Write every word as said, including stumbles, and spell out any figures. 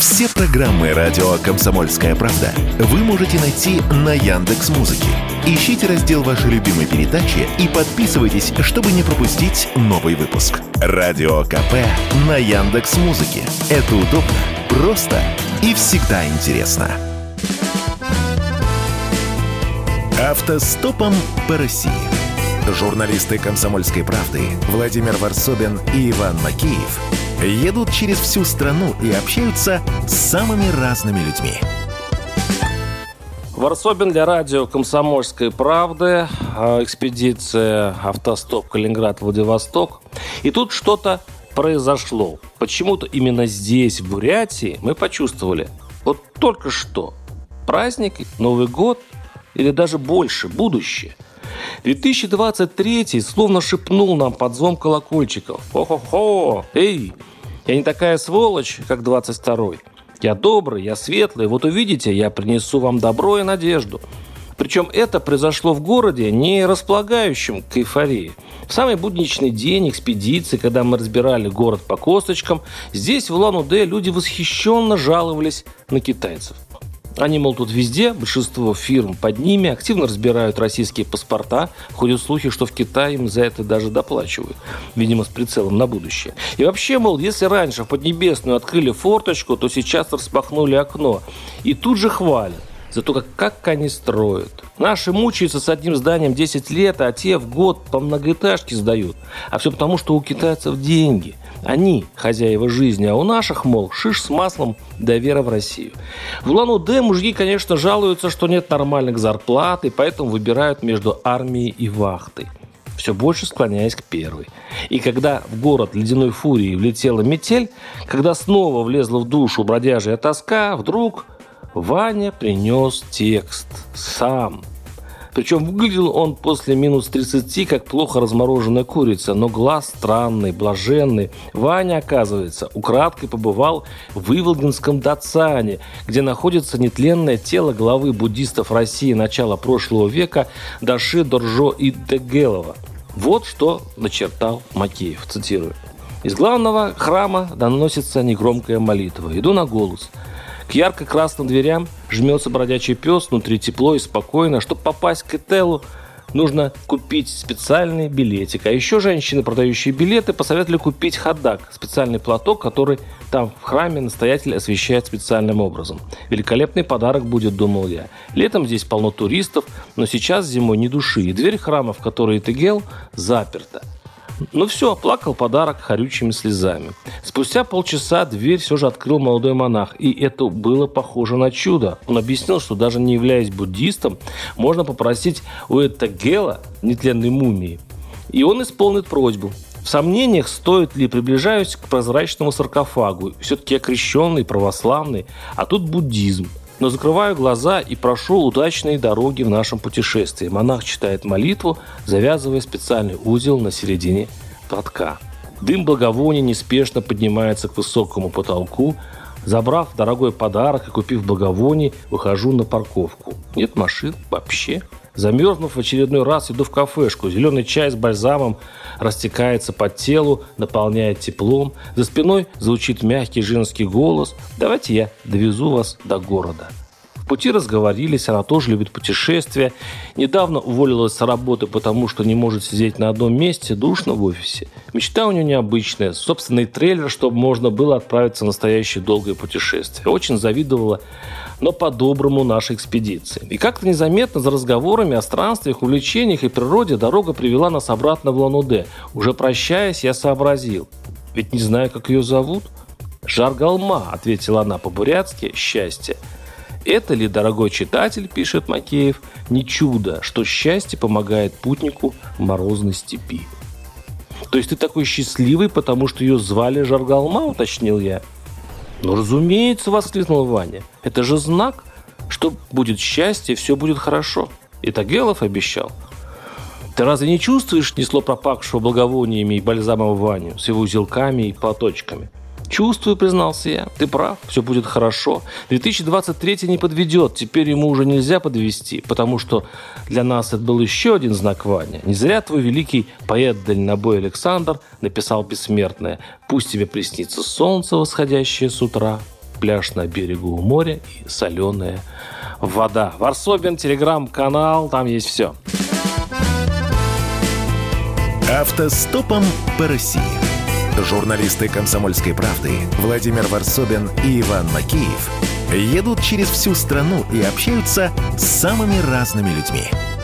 Все программы радио «Комсомольская правда» вы можете найти на Яндекс.Музыке. Ищите раздел вашей любимой передачи и подписывайтесь, чтобы не пропустить новый выпуск. Радио КП на Яндекс.Музыке. Это удобно, просто и всегда интересно. Автостопом по России. Журналисты «Комсомольской правды» Владимир Варсобин и Иван Макеев едут через всю страну и общаются с самыми разными людьми. Варсобин для радио «Комсомольской правды». Экспедиция «Автостоп Калининград-Владивосток». И тут что-то произошло. Почему-то именно здесь, в Бурятии, мы почувствовали. Вот только что. Праздник, Новый год или даже больше, будущее. две тысячи двадцать третий словно шепнул нам под звон колокольчиков. Хо-хо-хо! Эй! Я не такая сволочь, как двадцать второй. Я добрый, я светлый. Вот увидите, я принесу вам добро и надежду. Причем это произошло в городе, не располагающем к эйфории. В самый будничный день экспедиции, когда мы разбирали город по косточкам, здесь, в Улан-Удэ, люди восхищенно жаловались на китайцев. Они, мол, тут везде, большинство фирм под ними, активно разбирают российские паспорта. Ходят слухи, что в Китае им за это даже доплачивают. Видимо, с прицелом на будущее. И вообще, мол, если раньше в Поднебесную открыли форточку, то сейчас распахнули окно. И тут же хвалят. Зато как, как они строят. Наши мучаются с одним зданием десять лет, а те в год по многоэтажке сдают. А все потому, что у китайцев деньги. Они хозяева жизни, а у наших, мол, шиш с маслом да вера в Россию. В Улан-Удэ мужики, конечно, жалуются, что нет нормальных зарплат, и поэтому выбирают между армией и вахтой. Все больше склоняясь к первой. И когда в город ледяной фурией влетела метель, когда снова влезла в душу бродяжья тоска, вдруг Ваня принес текст сам. Причем выглядел он после минус тридцати, как плохо размороженная курица, но глаз странный, блаженный. Ваня, оказывается, украдкой побывал в Иволгинском Дацане, где находится нетленное тело главы буддистов России начала прошлого века Даши Доржо Иддегелова. Вот что начертал Макеев, цитирую. «Из главного храма доносится негромкая молитва. Иду на голос. К ярко-красным дверям жмется бродячий пес, внутри тепло и спокойно. Чтобы попасть к Этелу, нужно купить специальный билетик. А еще женщины, продающие билеты, посоветовали купить ходак, специальный платок, который там в храме настоятель освещает специальным образом. Великолепный подарок будет, думал я. Летом здесь полно туристов, но сейчас зимой ни души. И дверь храма, в которой Этегел, заперта. Ну все, оплакал подарок хорючими слезами. Спустя полчаса дверь все же открыл молодой монах, и это было похоже на чудо. Он объяснил, что даже не являясь буддистом, можно попросить у Этегела нетленной мумии, и он исполнит просьбу. В сомнениях, стоит ли приближаюсь к прозрачному саркофагу. Все-таки я крещенный, православный, а тут буддизм. Но закрываю глаза и прошу удачной дороги в нашем путешествии. Монах читает молитву, завязывая специальный узел на середине платка. Дым благовония неспешно поднимается к высокому потолку. Забрав дорогой подарок и купив благовоний, выхожу на парковку. Нет машин вообще. Замерзнув в очередной раз, иду в кафешку. Зеленый чай с бальзамом растекается по телу, наполняет теплом. За спиной звучит мягкий женский голос. «Давайте я довезу вас до города». В пути разговорились, она тоже любит путешествия. Недавно уволилась с работы, потому что не может сидеть на одном месте, душно в офисе. Мечта у нее необычная. Собственный трейлер, чтобы можно было отправиться в настоящее долгое путешествие. Очень завидовала, но по-доброму нашей экспедиции. И как-то незаметно за разговорами о странствиях, увлечениях и природе дорога привела нас обратно в Улан-Удэ. Уже прощаясь, я сообразил. Ведь не знаю, как ее зовут. «Жаргалма», — ответила она по-бурятски, «счастье». Это ли, дорогой читатель, пишет Макеев, не чудо, что счастье помогает путнику в морозной степи? То есть ты такой счастливый, потому что ее звали Жаргалма, уточнил я. Ну, разумеется, воскликнул Ваня. Это же знак, что будет счастье, все будет хорошо. И Тагелов обещал. Ты разве не чувствуешь несло пропахшего благовониями и бальзамом Ваню с его узелками и платочками? Чувствую, признался я. Ты прав, все будет хорошо. две тысячи двадцать третий не подведет. Теперь ему уже нельзя подвести, потому что для нас это был еще один знак Ваня. Не зря твой великий поэт-дальнобой Александр написал бессмертное: «Пусть тебе приснится солнце, восходящее с утра, пляж на берегу моря и соленая вода. Варсобин, телеграм-канал, там есть все. Автостопом по России. Журналисты «Комсомольской правды» Владимир Варсобин и Иван Макеев едут через всю страну и общаются с самыми разными людьми.